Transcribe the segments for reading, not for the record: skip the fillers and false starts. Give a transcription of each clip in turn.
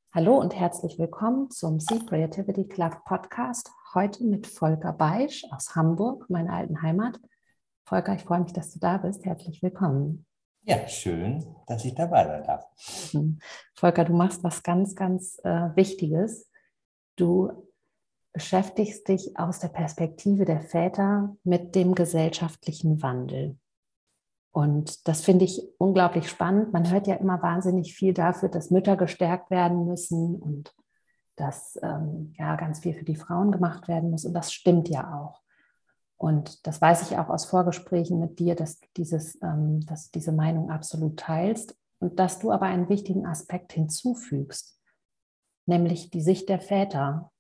Hallo und herzlich willkommen zum Sea Creativity Club Podcast. Heute mit Volker Beisch aus Hamburg, meiner alten Heimat. Volker, ich freue mich, dass du da bist. Herzlich willkommen. Ja, schön, dass ich dabei sein darf. Volker, du machst was ganz Wichtiges. Du beschäftigst dich aus der Perspektive der Väter mit dem gesellschaftlichen Wandel. Und das finde ich unglaublich spannend. Man hört ja immer wahnsinnig viel dafür, dass Mütter gestärkt werden müssen und dass ganz viel für die Frauen gemacht werden muss. Und das stimmt ja auch. Und das weiß ich auch aus Vorgesprächen mit dir, dass dass du diese Meinung absolut teilst und dass du aber einen wichtigen Aspekt hinzufügst, nämlich die Sicht der Väter,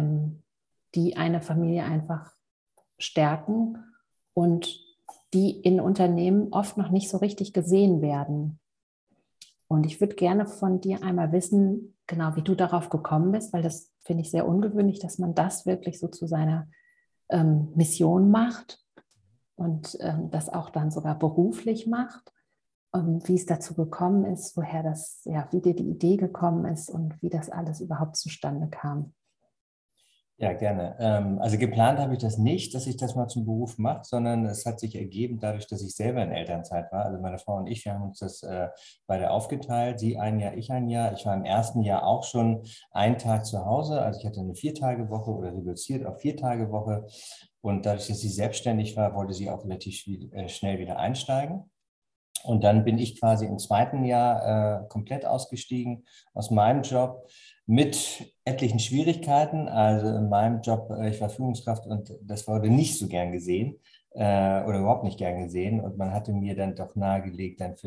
die eine Familie einfach stärken und die in Unternehmen oft noch nicht so richtig gesehen werden. Und ich würde gerne von dir einmal wissen, genau wie du darauf gekommen bist, weil das finde ich sehr ungewöhnlich, dass man das wirklich so zu seiner Mission macht und das auch dann sogar beruflich macht, wie es dazu gekommen ist, wie dir die Idee gekommen ist und wie das alles überhaupt zustande kam. Ja, gerne. Also geplant habe ich das nicht, dass ich das mal zum Beruf mache, sondern es hat sich ergeben dadurch, dass ich selber in Elternzeit war. Also meine Frau und ich, wir haben uns das beide aufgeteilt. Sie ein Jahr, ich ein Jahr. Ich war im ersten Jahr auch schon einen Tag zu Hause. Also ich hatte eine 4-Tage-Woche oder reduziert auf 4-Tage-Woche. Und dadurch, dass sie selbstständig war, wollte sie auch relativ schnell wieder einsteigen. Und dann bin ich quasi im zweiten Jahr komplett ausgestiegen aus meinem Job mit etlichen Schwierigkeiten. Also in meinem Job, ich war Führungskraft und das wurde nicht so gern gesehen oder überhaupt nicht gern gesehen. Und man hatte mir dann doch nahegelegt, dann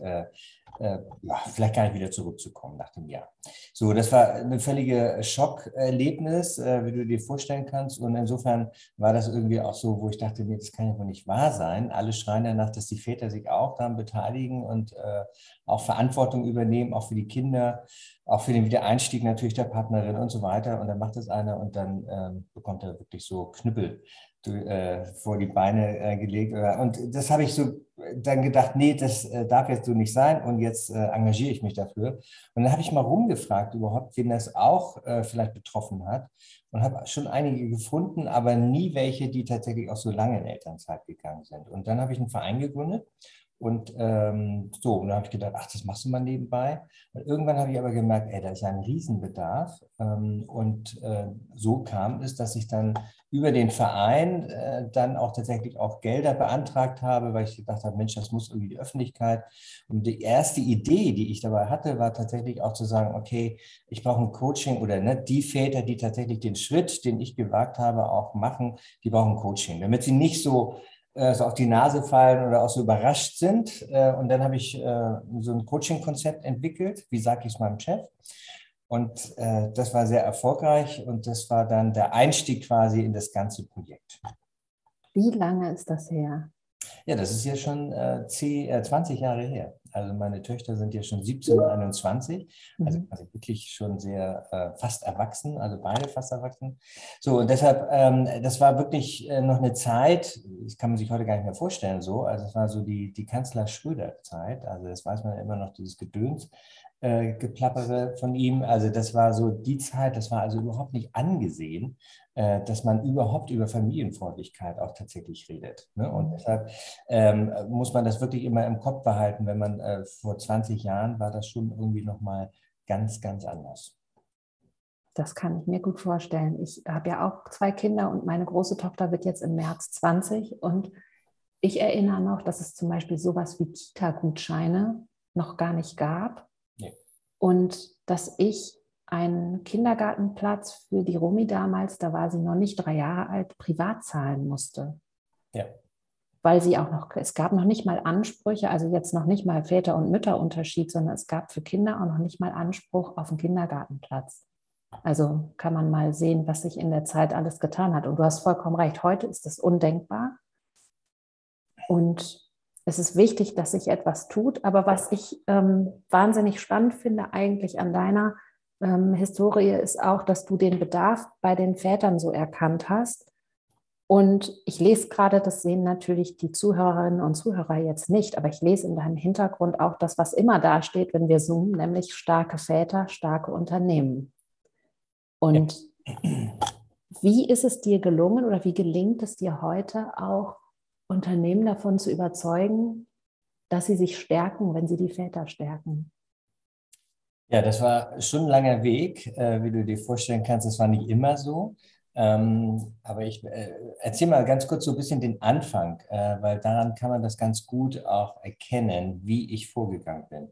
vielleicht gar nicht wieder zurückzukommen nach dem Jahr. So, das war eine völlige Schockerlebnis, wie du dir vorstellen kannst. Und insofern war das irgendwie auch so, wo ich dachte, nee, das kann ja wohl nicht wahr sein. Alle schreien danach, dass die Väter sich auch daran beteiligen und auch Verantwortung übernehmen, auch für die Kinder, auch für den Wiedereinstieg natürlich der Partnerin und so weiter. Und dann macht das einer und dann bekommt er wirklich so Knüppel vor die Beine gelegt. Und das habe ich so dann gedacht, nee, das darf jetzt so nicht sein und jetzt engagiere ich mich dafür. Und dann habe ich mal rumgefragt überhaupt, wen das auch vielleicht betroffen hat und habe schon einige gefunden, aber nie welche, die tatsächlich auch so lange in Elternzeit gegangen sind. Und dann habe ich einen Verein gegründet und und dann habe ich gedacht, ach, das machst du mal nebenbei. Und irgendwann habe ich aber gemerkt, ey, da ist ja ein Riesenbedarf. So kam es, dass ich dann über den Verein dann auch tatsächlich auch Gelder beantragt habe, weil ich gedacht habe, Mensch, das muss irgendwie die Öffentlichkeit. Und die erste Idee, die ich dabei hatte, war tatsächlich auch zu sagen, okay, ich brauche ein Coaching oder ne, die Väter, die tatsächlich den Schritt, den ich gewagt habe, auch machen, die brauchen Coaching, damit sie nicht so auf die Nase fallen oder auch so überrascht sind. Und dann habe ich so ein Coaching-Konzept entwickelt, wie sage ich es meinem Chef. Und das war sehr erfolgreich und das war dann der Einstieg quasi in das ganze Projekt. Wie lange ist das her? Ja, das ist ja schon 20 Jahre her. Also meine Töchter sind ja schon 17 und 21, also Mhm. quasi wirklich schon sehr fast erwachsen, also beide fast erwachsen. So, und deshalb, das war wirklich noch eine Zeit, das kann man sich heute gar nicht mehr vorstellen so, also es war so die Kanzler-Schröder-Zeit, also das weiß man ja immer noch, dieses Gedöns. Geplappere von ihm. Also das war so die Zeit, das war also überhaupt nicht angesehen, dass man überhaupt über Familienfreundlichkeit auch tatsächlich redet. Ne? Und deshalb muss man das wirklich immer im Kopf behalten, wenn man vor 20 Jahren war das schon irgendwie nochmal ganz anders. Das kann ich mir gut vorstellen. Ich habe ja auch 2 Kinder und meine große Tochter wird jetzt im März 20 und ich erinnere noch, dass es zum Beispiel sowas wie Kita-Gutscheine noch gar nicht gab Ja. und dass ich einen Kindergartenplatz für die Romi damals, da war sie noch nicht 3 Jahre alt, privat zahlen musste. Ja. Weil es gab noch nicht mal Ansprüche, also jetzt noch nicht mal Väter- und Mütterunterschied, sondern es gab für Kinder auch noch nicht mal Anspruch auf einen Kindergartenplatz. Also kann man mal sehen, was sich in der Zeit alles getan hat. Und du hast vollkommen recht, heute ist das undenkbar. Und es ist wichtig, dass sich etwas tut. Aber was ich wahnsinnig spannend finde eigentlich an deiner Historie, ist auch, dass du den Bedarf bei den Vätern so erkannt hast Und ich lese gerade, das sehen natürlich die Zuhörerinnen und Zuhörer jetzt nicht, aber ich lese in deinem Hintergrund auch das, was immer da steht, wenn wir zoomen, nämlich starke Väter, starke Unternehmen. Ja. Und wie ist es dir gelungen oder wie gelingt es dir heute auch, Unternehmen davon zu überzeugen, dass sie sich stärken, wenn sie die Väter stärken? Ja, das war schon ein langer Weg, wie du dir vorstellen kannst. Das war nicht immer so. Aber ich erzähle mal ganz kurz so ein bisschen den Anfang, weil daran kann man das ganz gut auch erkennen, wie ich vorgegangen bin.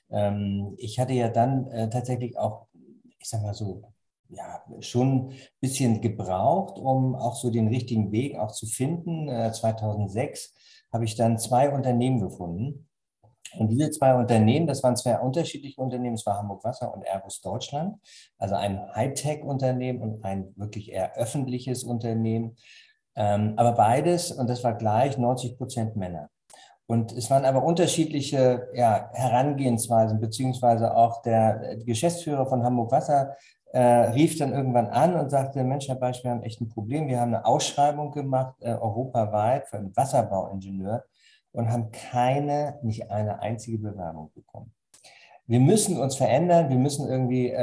Ich hatte ja dann tatsächlich auch, ich sag mal so, ja, schon ein bisschen gebraucht, um auch so den richtigen Weg auch zu finden. 2006 habe ich dann 2 Unternehmen gefunden. Und diese 2 Unternehmen, das waren 2 unterschiedliche Unternehmen, es war Hamburg Wasser und Airbus Deutschland, also ein Hightech-Unternehmen und ein wirklich eher öffentliches Unternehmen. Aber beides, und das war gleich, 90% Männer. Und es waren aber unterschiedliche Herangehensweisen, beziehungsweise auch der Geschäftsführer von Hamburg Wasser rief dann irgendwann an und sagte, Mensch, Herr Beisch, wir haben echt ein Problem. Wir haben eine Ausschreibung gemacht, europaweit für einen Wasserbauingenieur und haben nicht eine einzige Bewerbung bekommen. Wir müssen uns verändern, wir müssen irgendwie,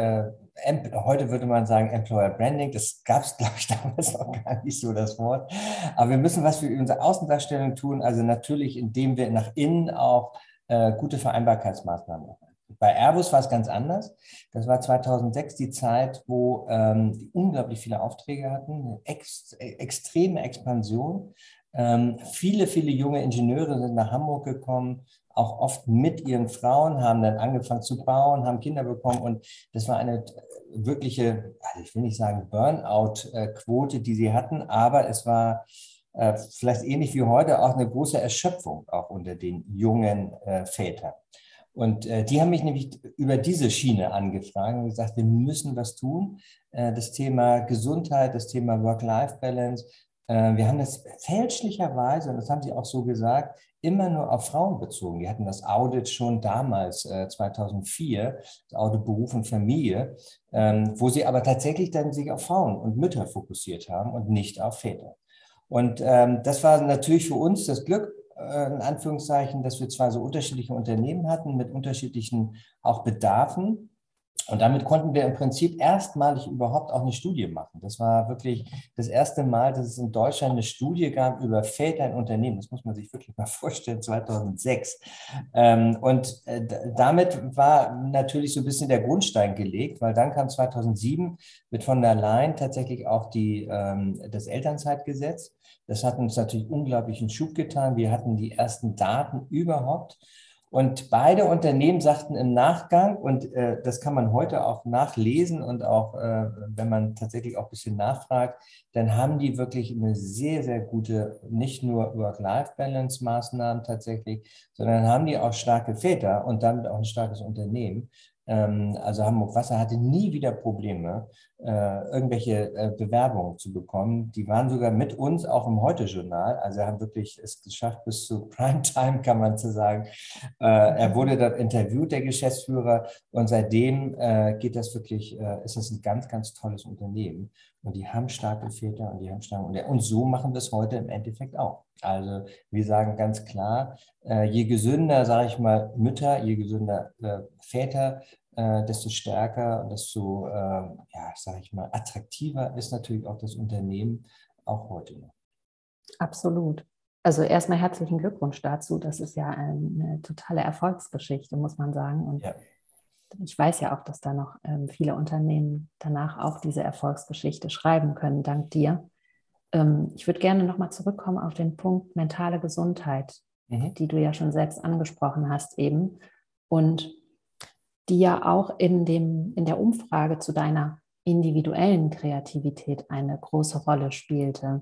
heute würde man sagen Employer Branding, das gab es, glaube ich, damals noch gar nicht so das Wort, aber wir müssen was für unsere Außendarstellung tun, also natürlich, indem wir nach innen auch gute Vereinbarkeitsmaßnahmen machen. Bei Airbus war es ganz anders. Das war 2006 die Zeit, wo die unglaublich viele Aufträge hatten, eine extreme Expansion. Viele junge Ingenieure sind nach Hamburg gekommen, auch oft mit ihren Frauen, haben dann angefangen zu bauen, haben Kinder bekommen und das war eine wirkliche, also ich will nicht sagen Burnout-Quote, die sie hatten, aber es war vielleicht ähnlich wie heute auch eine große Erschöpfung auch unter den jungen Vätern. Und die haben mich nämlich über diese Schiene angefragt und gesagt, wir müssen was tun. Das Thema Gesundheit, das Thema Work-Life-Balance. Wir haben das fälschlicherweise, und das haben sie auch so gesagt, immer nur auf Frauen bezogen. Die hatten das Audit schon damals, 2004, das Audit Beruf und Familie, wo sie aber tatsächlich dann sich auf Frauen und Mütter fokussiert haben und nicht auf Väter. Und das war natürlich für uns das Glück, in Anführungszeichen, dass wir zwar so unterschiedliche Unternehmen hatten mit unterschiedlichen auch Bedarfen. Und damit konnten wir im Prinzip erstmalig überhaupt auch eine Studie machen. Das war wirklich das erste Mal, dass es in Deutschland eine Studie gab über Väter in Unternehmen. Das muss man sich wirklich mal vorstellen, 2006. Und damit war natürlich so ein bisschen der Grundstein gelegt, weil dann kam 2007 mit von der Leyen tatsächlich auch das Elternzeitgesetz. Das hat uns natürlich unglaublichen Schub getan. Wir hatten die ersten Daten überhaupt. Und beide Unternehmen sagten im Nachgang, und das kann man heute auch nachlesen und auch, wenn man tatsächlich auch ein bisschen nachfragt, dann haben die wirklich eine sehr, sehr gute, nicht nur Work-Life-Balance-Maßnahmen tatsächlich, sondern haben die auch starke Väter und damit auch ein starkes Unternehmen. Also Hamburg Wasser hatte nie wieder Probleme, irgendwelche Bewerbungen zu bekommen. Die waren sogar mit uns auch im Heute-Journal, also haben wirklich es geschafft bis zu Primetime, kann man so sagen. Er wurde dann interviewt, der Geschäftsführer, und seitdem geht das wirklich, ist das ein ganz, ganz tolles Unternehmen. Und die haben starke Väter und die haben starke Unternehmen. Und so machen wir es heute im Endeffekt auch. Also wir sagen ganz klar, je gesünder, sage ich mal, Mütter, je gesünder Väter, desto stärker und desto, sage ich mal, attraktiver ist natürlich auch das Unternehmen, auch heute noch. Absolut. Also erstmal herzlichen Glückwunsch dazu. Das ist ja eine totale Erfolgsgeschichte, muss man sagen. Und Ja. ich weiß ja auch, dass da noch viele Unternehmen danach auch diese Erfolgsgeschichte schreiben können, dank dir. Ich würde gerne nochmal zurückkommen auf den Punkt mentale Gesundheit, die du ja schon selbst angesprochen hast eben und die ja auch in der Umfrage zu deiner individuellen Kreativität eine große Rolle spielte.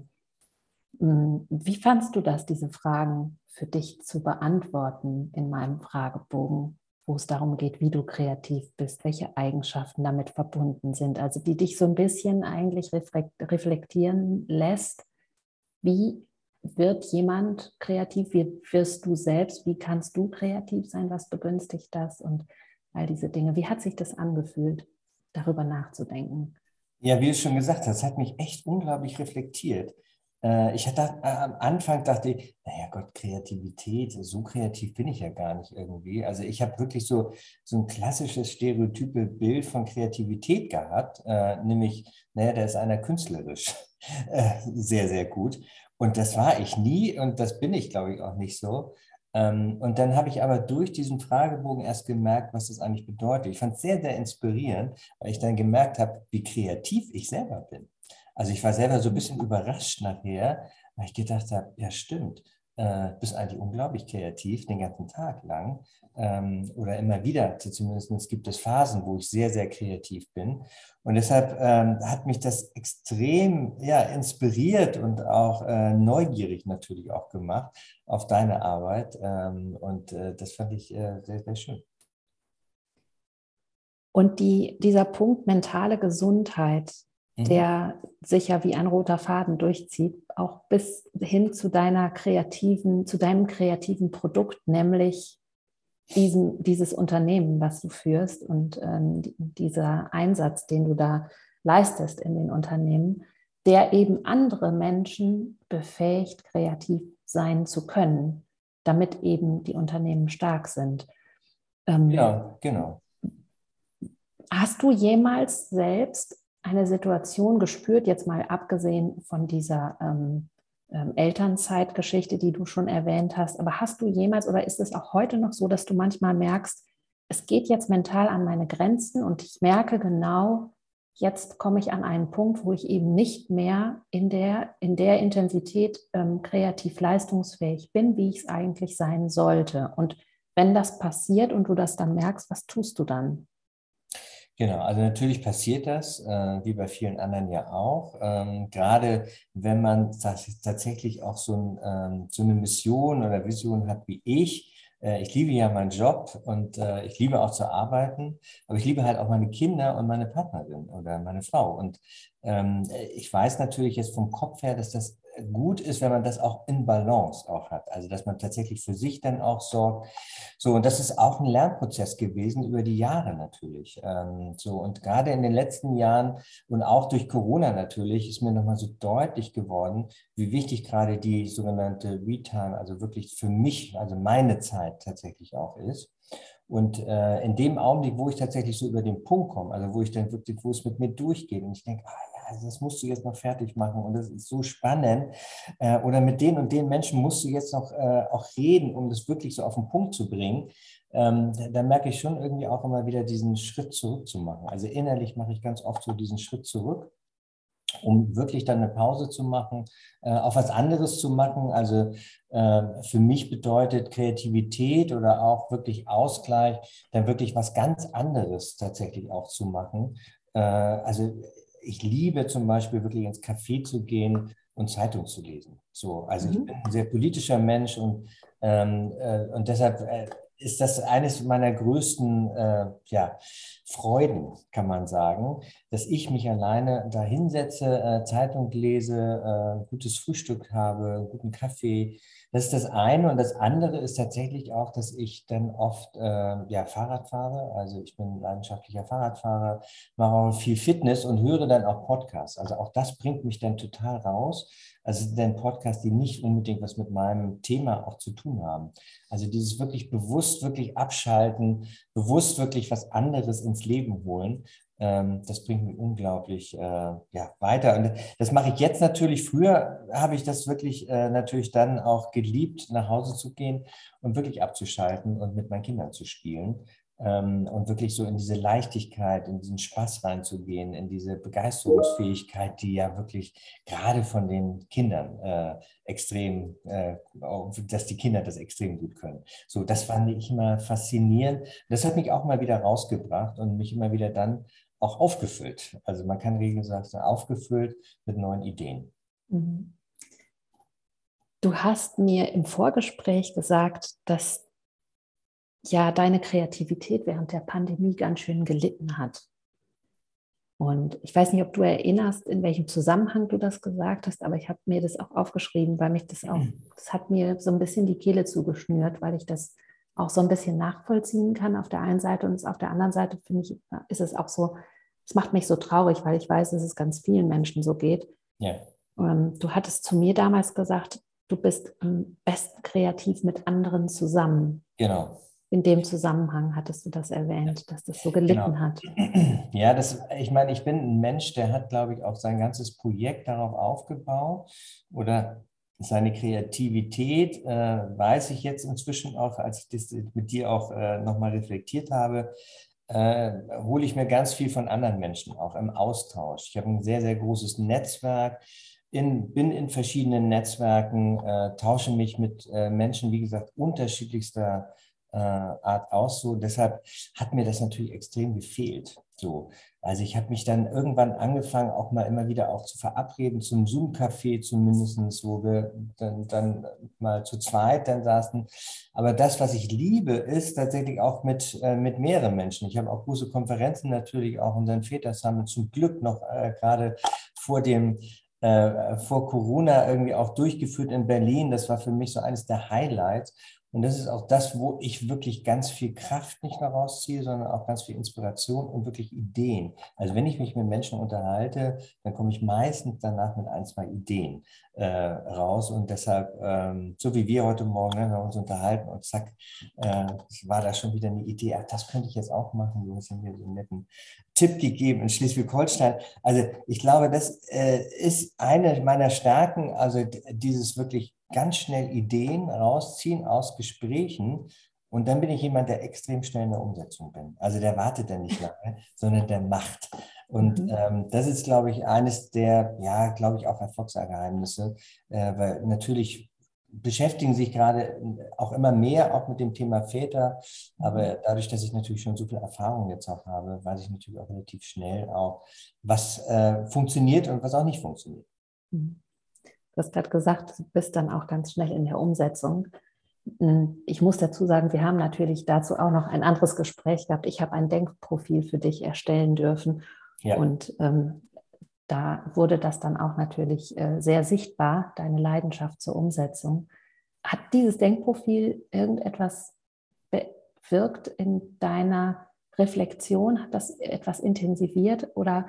Wie fandst du das, diese Fragen für dich zu beantworten in meinem Fragebogen, wo es darum geht, wie du kreativ bist, welche Eigenschaften damit verbunden sind, also die dich so ein bisschen eigentlich reflektieren lässt, wie wird jemand kreativ, wie wirst du selbst, wie kannst du kreativ sein, was begünstigt das und all diese Dinge. Wie hat sich das angefühlt, darüber nachzudenken? Ja, wie du schon gesagt hast, hat mich echt unglaublich reflektiert. Ich hatte am Anfang dachte ich, naja Gott, Kreativität, so kreativ bin ich ja gar nicht irgendwie. Also ich habe wirklich so ein klassisches stereotype Bild von Kreativität gehabt, nämlich, naja, da ist einer künstlerisch sehr, sehr gut. Und das war ich nie und das bin ich, glaube ich, auch nicht so. Und dann habe ich aber durch diesen Fragebogen erst gemerkt, was das eigentlich bedeutet. Ich fand es sehr, sehr inspirierend, weil ich dann gemerkt habe, wie kreativ ich selber bin. Also ich war selber so ein bisschen überrascht nachher, weil ich gedacht habe, ja stimmt, bist eigentlich unglaublich kreativ den ganzen Tag lang oder immer wieder. Zumindest gibt es Phasen, wo ich sehr, sehr kreativ bin. Und deshalb hat mich das extrem ja, inspiriert und auch neugierig natürlich auch gemacht auf deine Arbeit. Und das fand ich sehr, sehr schön. Und dieser Punkt mentale Gesundheit, Mhm. der sich ja wie ein roter Faden durchzieht, auch bis hin zu deinem kreativen Produkt, nämlich dieses Unternehmen, was du führst und dieser Einsatz, den du da leistest in den Unternehmen, der eben andere Menschen befähigt, kreativ sein zu können, damit eben die Unternehmen stark sind. Ja, genau. Hast du jemals selbst eine Situation gespürt, jetzt mal abgesehen von dieser Elternzeitgeschichte, die du schon erwähnt hast, aber hast du jemals oder ist es auch heute noch so, dass du manchmal merkst, es geht jetzt mental an meine Grenzen und ich merke genau, jetzt komme ich an einen Punkt, wo ich eben nicht mehr in der Intensität kreativ leistungsfähig bin, wie ich es eigentlich sein sollte. Und wenn das passiert und du das dann merkst, was tust du dann? Genau, also natürlich passiert das, wie bei vielen anderen ja auch. Gerade wenn man tatsächlich auch so eine Mission oder Vision hat wie ich. Ich liebe ja meinen Job und ich liebe auch zu arbeiten, aber ich liebe halt auch meine Kinder und meine Partnerin oder meine Frau. Und ich weiß natürlich jetzt vom Kopf her, dass das gut ist, wenn man das auch in Balance auch hat. Also dass man tatsächlich für sich dann auch sorgt. So, und das ist auch ein Lernprozess gewesen über die Jahre natürlich. So, und gerade in den letzten Jahren und auch durch Corona natürlich ist mir nochmal so deutlich geworden, wie wichtig gerade die sogenannte Me-Time, also wirklich für mich, also meine Zeit tatsächlich auch ist. Und in dem Augenblick, wo ich tatsächlich so über den Punkt komme, also wo ich dann wirklich, wo es mit mir durchgeht und ich denke, ah ja, also das musst du jetzt noch fertig machen und das ist so spannend. Oder mit den und den Menschen musst du jetzt noch auch reden, um das wirklich so auf den Punkt zu bringen. Da merke ich schon irgendwie auch immer wieder diesen Schritt zurück zu machen. Also innerlich mache ich ganz oft so diesen Schritt zurück, um wirklich dann eine Pause zu machen, auf was anderes zu machen. Also für mich bedeutet Kreativität oder auch wirklich Ausgleich, dann wirklich was ganz anderes tatsächlich auch zu machen. Also ich liebe zum Beispiel wirklich ins Café zu gehen und Zeitung zu lesen. So, also ich bin Mhm. ein sehr politischer Mensch und deshalb ist das eines meiner größten ja, Freuden, kann man sagen, dass ich mich alleine da hinsetze, Zeitung lese, gutes Frühstück habe, einen guten Kaffee. Das ist das eine. Und das andere ist tatsächlich auch, dass ich dann oft ja, Fahrrad fahre. Also ich bin leidenschaftlicher Fahrradfahrer, mache auch viel Fitness und höre dann auch Podcasts. Also auch das bringt mich dann total raus. Also es sind dann Podcasts, die nicht unbedingt was mit meinem Thema auch zu tun haben. Also dieses wirklich bewusst wirklich abschalten, bewusst wirklich was anderes ins Leben holen. Das bringt mich unglaublich ja, weiter. Und das mache ich jetzt natürlich. Früher habe ich das wirklich natürlich dann auch geliebt, nach Hause zu gehen und wirklich abzuschalten und mit meinen Kindern zu spielen. Und wirklich so in diese Leichtigkeit, in diesen Spaß reinzugehen, in diese Begeisterungsfähigkeit, die ja wirklich gerade von den Kindern extrem, dass die Kinder das extrem gut können. So, das fand ich immer faszinierend. Das hat mich auch mal wieder rausgebracht und mich immer wieder dann auch aufgefüllt. Also man kann regelmäßig sagen, aufgefüllt mit neuen Ideen. Mhm. Du hast mir im Vorgespräch gesagt, dass ja deine Kreativität während der Pandemie ganz schön gelitten hat. Und ich weiß nicht, ob du erinnerst, in welchem Zusammenhang du das gesagt hast, aber ich habe mir das auch aufgeschrieben, weil mich das hat mir so ein bisschen die Kehle zugeschnürt, weil ich das auch so ein bisschen nachvollziehen kann auf der einen Seite und auf der anderen Seite finde ich, ist es auch so, es macht mich so traurig, weil ich weiß, dass es ganz vielen Menschen so geht. Ja. Du hattest zu mir damals gesagt, du bist am besten kreativ mit anderen zusammen. Genau. In dem Zusammenhang hattest du das erwähnt, dass das so gelitten Genau. hat. Ja, ich meine, ich bin ein Mensch, der hat, glaube ich, auch sein ganzes Projekt darauf aufgebaut oder seine Kreativität, weiß ich jetzt inzwischen auch, als ich das mit dir auch nochmal reflektiert habe, hole ich mir ganz viel von anderen Menschen, auch im Austausch. Ich habe ein sehr, sehr großes Netzwerk, bin in verschiedenen Netzwerken, tausche mich mit Menschen, wie gesagt, unterschiedlichster Art aus. So. Deshalb hat mir das natürlich extrem gefehlt. So. Also ich habe mich dann irgendwann angefangen, auch mal immer wieder auch zu verabreden, zum Zoom-Café zumindest, wo wir dann mal zu zweit dann saßen. Aber das, was ich liebe, ist tatsächlich auch mit mehreren Menschen. Ich habe auch große Konferenzen natürlich, auch unseren Väter-Summit zum Glück noch gerade vor vor Corona irgendwie auch durchgeführt in Berlin. Das war für mich so eines der Highlights. Und das ist auch das, wo ich wirklich ganz viel Kraft nicht nur rausziehe, sondern auch ganz viel Inspiration und wirklich Ideen. Also wenn ich mich mit Menschen unterhalte, dann komme ich meistens danach mit ein, zwei Ideen raus. Und deshalb, so wie wir heute Morgen, ne, wir uns unterhalten und zack, war da schon wieder eine Idee. Ach, das könnte ich jetzt auch machen. Du hast ja mir so einen netten Tipp gegeben in Schleswig-Holstein. Also ich glaube, das ist eine meiner Stärken, also dieses wirklich ganz schnell Ideen rausziehen aus Gesprächen. Und dann bin ich jemand, der extrem schnell in der Umsetzung bin. Also der wartet dann nicht lange, sondern der macht. Und das ist, glaube ich, eines der, ja, glaube ich, auch Erfolgsgeheimnisse, weil natürlich beschäftigen sich gerade auch immer mehr auch mit dem Thema Väter. Aber dadurch, dass ich natürlich schon so viel Erfahrung jetzt auch habe, weiß ich natürlich auch relativ schnell auch, was funktioniert und was auch nicht funktioniert. Du hast gerade gesagt, du bist dann auch ganz schnell in der Umsetzung. Ich muss dazu sagen, wir haben natürlich dazu auch noch ein anderes Gespräch gehabt. Ich habe ein Denkprofil für dich erstellen dürfen. Ja. Und da wurde das dann auch natürlich sehr sichtbar, deine Leidenschaft zur Umsetzung. Hat dieses Denkprofil irgendetwas bewirkt in deiner Reflexion? Hat das etwas intensiviert oder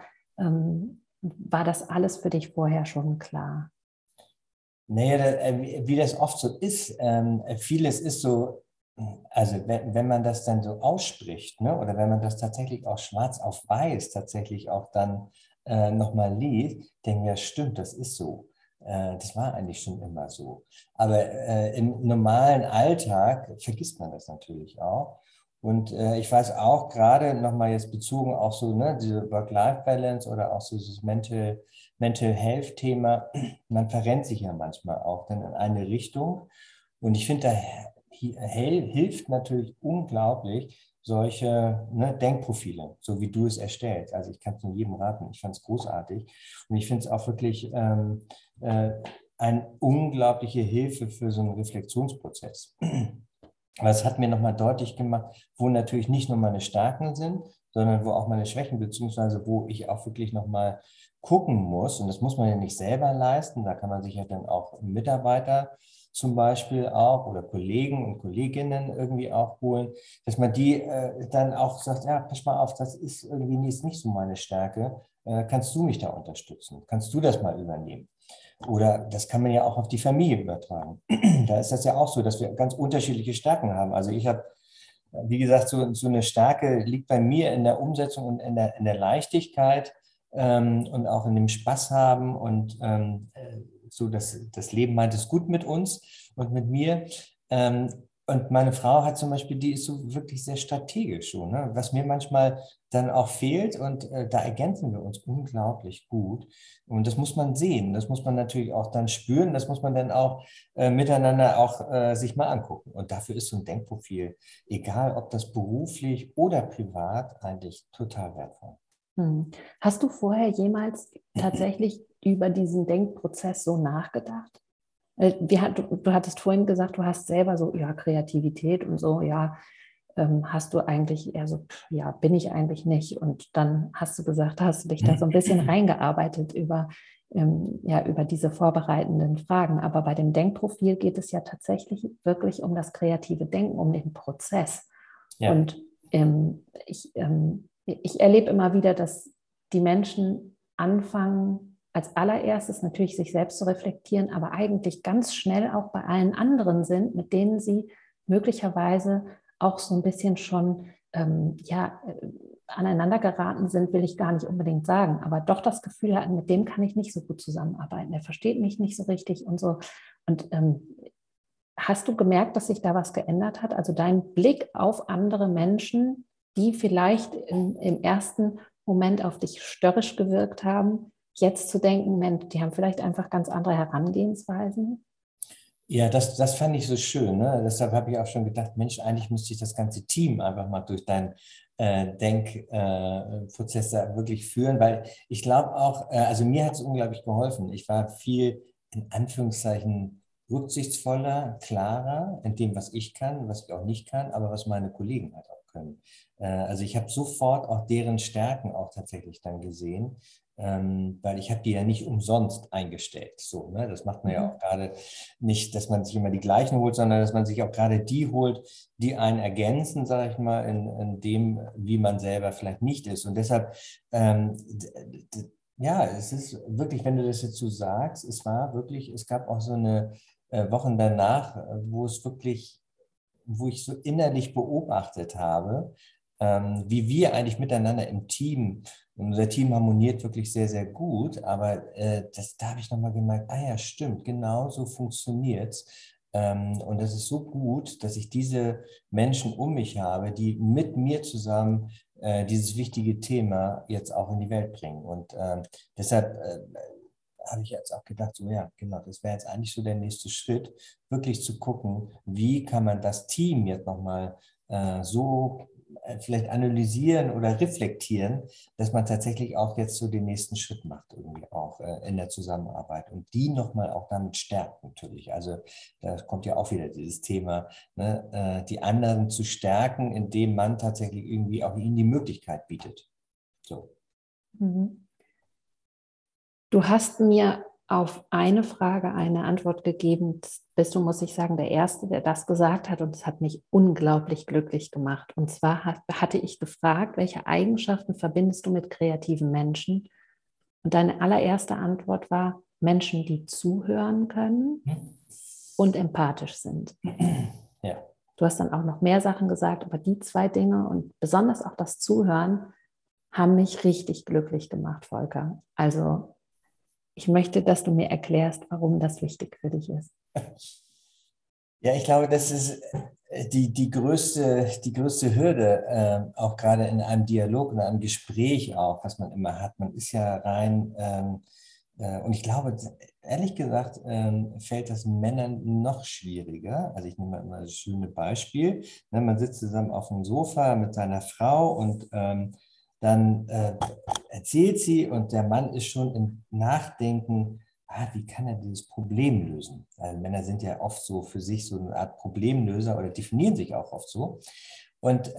war das alles für dich vorher schon klar? Naja, wie das oft so ist, vieles ist so, also wenn man das dann so ausspricht, ne, oder wenn man das tatsächlich auch schwarz auf weiß tatsächlich auch dann nochmal liest, denken wir, ja, stimmt, das ist so. Das war eigentlich schon immer so. Aber im normalen Alltag vergisst man das natürlich auch. Und ich weiß auch gerade nochmal jetzt bezogen auf so, ne, diese Work-Life-Balance oder auch so dieses Mental Health-Thema, man verrennt sich ja manchmal auch dann in eine Richtung. Und ich finde, da hilft natürlich unglaublich solche, ne, Denkprofile, so wie du es erstellst. Also ich kann es nur jedem raten. Ich fand es großartig. Und ich finde es auch wirklich eine unglaubliche Hilfe für so einen Reflexionsprozess. Aber es hat mir nochmal deutlich gemacht, wo natürlich nicht nur meine Stärken sind, sondern wo auch meine Schwächen, beziehungsweise wo ich auch wirklich nochmal gucken muss. Und das muss man ja nicht selber leisten. Da kann man sich ja dann auch Mitarbeiter zum Beispiel auch oder Kollegen und Kolleginnen irgendwie auch holen, dass man die dann auch sagt, ja, pass mal auf, das ist irgendwie nicht so meine Stärke. Kannst du mich da unterstützen? Kannst du das mal übernehmen? Oder das kann man ja auch auf die Familie übertragen. Da ist das ja auch so, dass wir ganz unterschiedliche Stärken haben. Also ich habe, wie gesagt, so eine Stärke liegt bei mir in der Umsetzung und in der Leichtigkeit und auch in dem Spaß haben und so, dass das Leben meint es gut mit uns und mit mir. Und meine Frau hat zum Beispiel, die ist so wirklich sehr strategisch schon, ne? Was mir manchmal dann auch fehlt und da ergänzen wir uns unglaublich gut. Und das muss man sehen, das muss man natürlich auch dann spüren, das muss man dann auch miteinander auch sich mal angucken. Und dafür ist so ein Denkprofil, egal ob das beruflich oder privat, eigentlich total wertvoll. Hast du vorher jemals tatsächlich über diesen Denkprozess so nachgedacht? Du hattest vorhin gesagt, du hast selber so, ja, Kreativität und so, ja, hast du eigentlich eher so, ja, bin ich eigentlich nicht. Und dann hast du gesagt, hast du dich da so ein bisschen reingearbeitet ja, über diese vorbereitenden Fragen. Aber bei dem Denkprofil geht es ja tatsächlich wirklich um das kreative Denken, um den Prozess. Ja. Und ich erlebe immer wieder, dass die Menschen anfangen, als allererstes natürlich sich selbst zu reflektieren, aber eigentlich ganz schnell auch bei allen anderen sind, mit denen sie möglicherweise auch so ein bisschen schon aneinander geraten sind, will ich gar nicht unbedingt sagen, aber doch das Gefühl hatten, mit dem kann ich nicht so gut zusammenarbeiten, der versteht mich nicht so richtig und so. Und hast du gemerkt, dass sich da was geändert hat? Also dein Blick auf andere Menschen, die vielleicht im ersten Moment auf dich störrisch gewirkt haben, jetzt zu denken, Mensch, die haben vielleicht einfach ganz andere Herangehensweisen? Ja, das fand ich so schön. Ne? Deshalb habe ich auch schon gedacht, Mensch, eigentlich müsste ich das ganze Team einfach mal durch deinen Denkprozess da wirklich führen, weil ich glaube auch, also mir hat es unglaublich geholfen. Ich war viel in Anführungszeichen rücksichtsvoller, klarer in dem, was ich kann, was ich auch nicht kann, aber was meine Kollegen halt auch können. Also ich habe sofort auch deren Stärken auch tatsächlich dann gesehen, weil ich habe die ja nicht umsonst eingestellt. So, ne? Das macht man ja auch gerade nicht, dass man sich immer die gleichen holt, sondern dass man sich auch gerade die holt, die einen ergänzen, sage ich mal, in dem, wie man selber vielleicht nicht ist. Und deshalb, ja, es ist wirklich, wenn du das jetzt so sagst, es war wirklich, es gab auch so eine Wochen danach, wo es wirklich, wo ich so innerlich beobachtet habe, wie wir eigentlich miteinander im Team, unser Team harmoniert wirklich sehr, sehr gut, aber da habe ich nochmal gemerkt, ah ja, stimmt, genau so funktioniert es. Und das ist so gut, dass ich diese Menschen um mich habe, die mit mir zusammen dieses wichtige Thema jetzt auch in die Welt bringen. Und deshalb habe ich jetzt auch gedacht, so ja, genau, das wäre jetzt eigentlich so der nächste Schritt, wirklich zu gucken, wie kann man das Team jetzt nochmal so vielleicht analysieren oder reflektieren, dass man tatsächlich auch jetzt so den nächsten Schritt macht, irgendwie auch in der Zusammenarbeit und die nochmal auch damit stärkt natürlich. Also da kommt ja auch wieder dieses Thema, ne, die anderen zu stärken, indem man tatsächlich irgendwie auch ihnen die Möglichkeit bietet. So. Mhm. Du hast mir auf eine Frage eine Antwort gegeben. Bist du, muss ich sagen, der Erste, der das gesagt hat. Und es hat mich unglaublich glücklich gemacht. Und zwar hatte ich gefragt, welche Eigenschaften verbindest du mit kreativen Menschen? Und deine allererste Antwort war Menschen, die zuhören können und empathisch sind. Ja. Du hast dann auch noch mehr Sachen gesagt, aber die zwei Dinge und besonders auch das Zuhören haben mich richtig glücklich gemacht, Volker. Also ich möchte, dass du mir erklärst, warum das wichtig für dich ist. Ja, ich glaube, das ist die größte Hürde, auch gerade in einem Dialog oder einem Gespräch auch, was man immer hat. Man ist ja rein, und ich glaube, ehrlich gesagt, fällt das Männern noch schwieriger. Also ich nehme mal immer das schöne Beispiel. Ne, man sitzt zusammen auf dem Sofa mit seiner Frau und dann erzählt sie und der Mann ist schon im Nachdenken, wie kann er dieses Problem lösen? Also Männer sind ja oft so für sich so eine Art Problemlöser oder definieren sich auch oft so. Und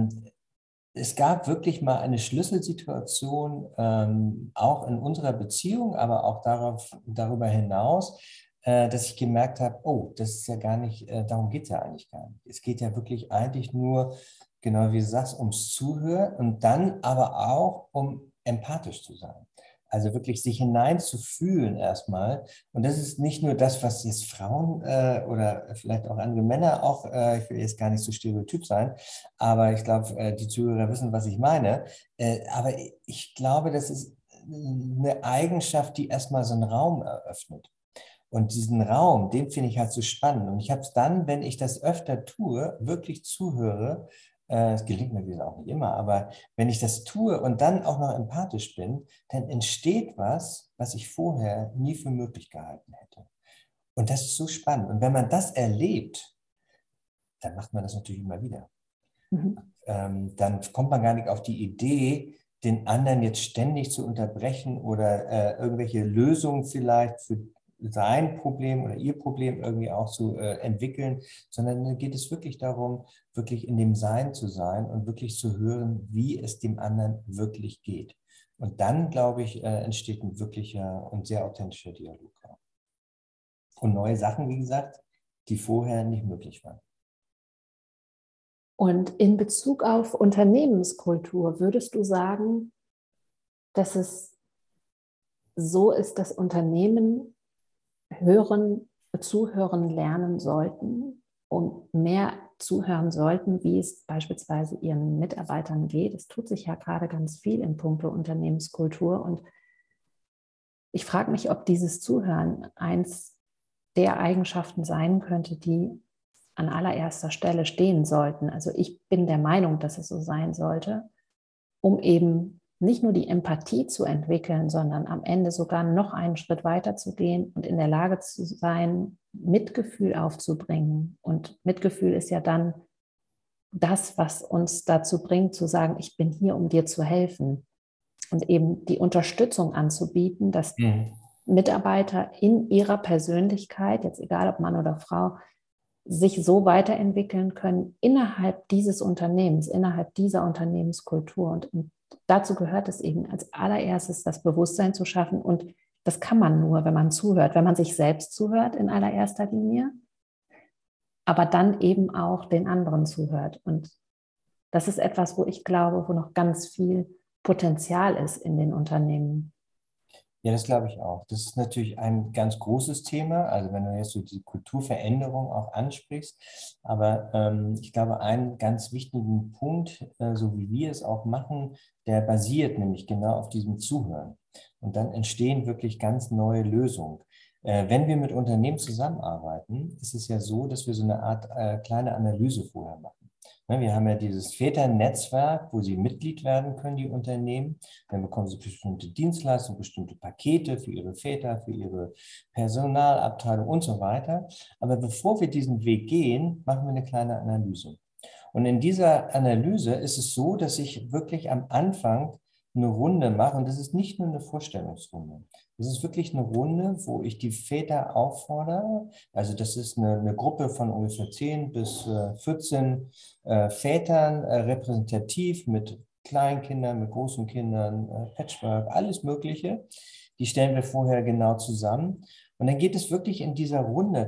es gab wirklich mal eine Schlüsselsituation, auch in unserer Beziehung, aber auch darüber hinaus, dass ich gemerkt habe, oh, das ist ja gar nicht, darum geht es ja eigentlich gar nicht. Es geht ja wirklich eigentlich nur, genau wie du sagst, ums Zuhören und dann aber auch um empathisch zu sein. Also wirklich sich hineinzufühlen erstmal. Und das ist nicht nur das, was jetzt Frauen oder vielleicht auch andere Männer auch, ich will jetzt gar nicht so stereotyp sein, aber ich glaube, die Zuhörer wissen, was ich meine. Aber ich glaube, das ist eine Eigenschaft, die erstmal so einen Raum eröffnet. Und diesen Raum, den finde ich halt so spannend. Und ich habe es dann, wenn ich das öfter tue, wirklich zuhöre, es gelingt mir wie gesagt auch nicht immer, aber wenn ich das tue und dann auch noch empathisch bin, dann entsteht was, was ich vorher nie für möglich gehalten hätte. Und das ist so spannend. Und wenn man das erlebt, dann macht man das natürlich immer wieder. Mhm. Dann kommt man gar nicht auf die Idee, den anderen jetzt ständig zu unterbrechen oder irgendwelche Lösungen vielleicht für sein Problem oder ihr Problem irgendwie auch zu entwickeln, sondern dann geht es wirklich darum, wirklich in dem Sein zu sein und wirklich zu hören, wie es dem anderen wirklich geht. Und dann, glaube ich, entsteht ein wirklicher und sehr authentischer Dialog. Und neue Sachen, wie gesagt, die vorher nicht möglich waren. Und in Bezug auf Unternehmenskultur, würdest du sagen, dass es so ist das Unternehmen zuhören lernen sollten und mehr zuhören sollten, wie es beispielsweise ihren Mitarbeitern geht. Es tut sich ja gerade ganz viel in puncto Unternehmenskultur und ich frage mich, ob dieses Zuhören eins der Eigenschaften sein könnte, die an allererster Stelle stehen sollten. Also ich bin der Meinung, dass es so sein sollte, um eben nicht nur die Empathie zu entwickeln, sondern am Ende sogar noch einen Schritt weiter zu gehen und in der Lage zu sein, Mitgefühl aufzubringen. Und Mitgefühl ist ja dann das, was uns dazu bringt, zu sagen, ich bin hier, um dir zu helfen. Und eben die Unterstützung anzubieten, dass Mitarbeiter in ihrer Persönlichkeit, jetzt egal ob Mann oder Frau, sich so weiterentwickeln können innerhalb dieses Unternehmens, innerhalb dieser Unternehmenskultur. Und dazu gehört es eben als allererstes, das Bewusstsein zu schaffen. Und das kann man nur, wenn man zuhört, wenn man sich selbst zuhört in allererster Linie, aber dann eben auch den anderen zuhört. Und das ist etwas, wo ich glaube, wo noch ganz viel Potenzial ist in den Unternehmen. Ja, das glaube ich auch. Das ist natürlich ein ganz großes Thema, also wenn du jetzt so die Kulturveränderung auch ansprichst. Aber ich glaube, einen ganz wichtigen Punkt, so wie wir es auch machen, der basiert nämlich genau auf diesem Zuhören. Und dann entstehen wirklich ganz neue Lösungen. Wenn wir mit Unternehmen zusammenarbeiten, ist es ja so, dass wir so eine Art kleine Analyse vorher machen. Wir haben ja dieses Väternetzwerk, wo Sie Mitglied werden können, die Unternehmen. Dann bekommen Sie bestimmte Dienstleistungen, bestimmte Pakete für Ihre Väter, für Ihre Personalabteilung und so weiter. Aber bevor wir diesen Weg gehen, machen wir eine kleine Analyse. Und in dieser Analyse ist es so, dass ich wirklich am Anfang eine Runde mache. Und das ist nicht nur eine Vorstellungsrunde. Das ist wirklich eine Runde, wo ich die Väter auffordere. Also das ist eine Gruppe von ungefähr 10 bis 14 Vätern, repräsentativ mit Kleinkindern, mit großen Kindern, Patchwork, alles Mögliche. Die stellen wir vorher genau zusammen. Und dann geht es wirklich in dieser Runde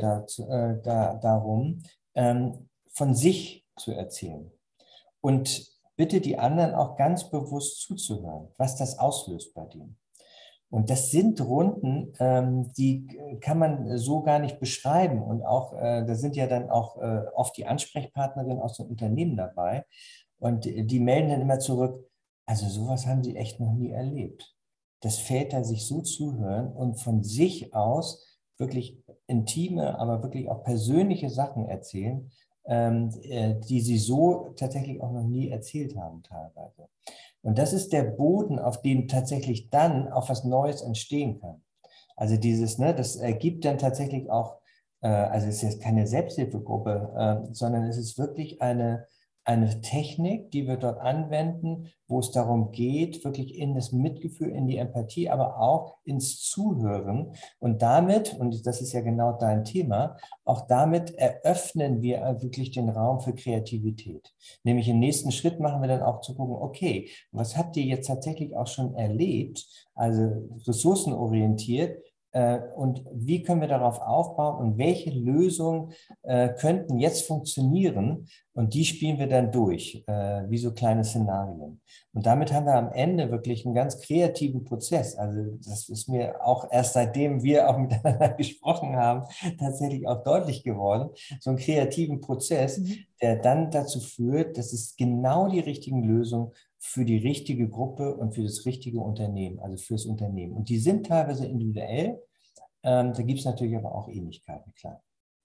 darum, von sich zu erzählen. Und bitte die anderen auch ganz bewusst zuzuhören, was das auslöst bei denen. Und das sind Runden, die kann man so gar nicht beschreiben. Und auch, da sind ja dann auch oft die Ansprechpartnerinnen aus dem Unternehmen dabei. Und die melden dann immer zurück, also sowas haben sie echt noch nie erlebt. Dass Väter sich so zuhören und von sich aus wirklich intime, aber wirklich auch persönliche Sachen erzählen, die sie so tatsächlich auch noch nie erzählt haben teilweise. Und das ist der Boden, auf dem tatsächlich dann auch was Neues entstehen kann. Also dieses, ne, das ergibt dann tatsächlich auch, also es ist jetzt keine Selbsthilfegruppe, sondern es ist wirklich eine Technik, die wir dort anwenden, wo es darum geht, wirklich in das Mitgefühl, in die Empathie, aber auch ins Zuhören. Und damit, und das ist ja genau dein Thema, auch damit eröffnen wir wirklich den Raum für Kreativität. Nämlich im nächsten Schritt machen wir dann auch zu gucken, okay, was habt ihr jetzt tatsächlich auch schon erlebt, also ressourcenorientiert, und wie können wir darauf aufbauen und welche Lösungen könnten jetzt funktionieren? Und die spielen wir dann durch, wie so kleine Szenarien. Und damit haben wir am Ende wirklich einen ganz kreativen Prozess. Also das ist mir auch erst seitdem wir auch miteinander gesprochen haben, tatsächlich auch deutlich geworden. So einen kreativen Prozess, der dann dazu führt, dass es genau die richtigen Lösungen für die richtige Gruppe und für das richtige Unternehmen, also fürs Unternehmen. Und die sind teilweise individuell. Da gibt es natürlich aber auch Ähnlichkeiten, klar.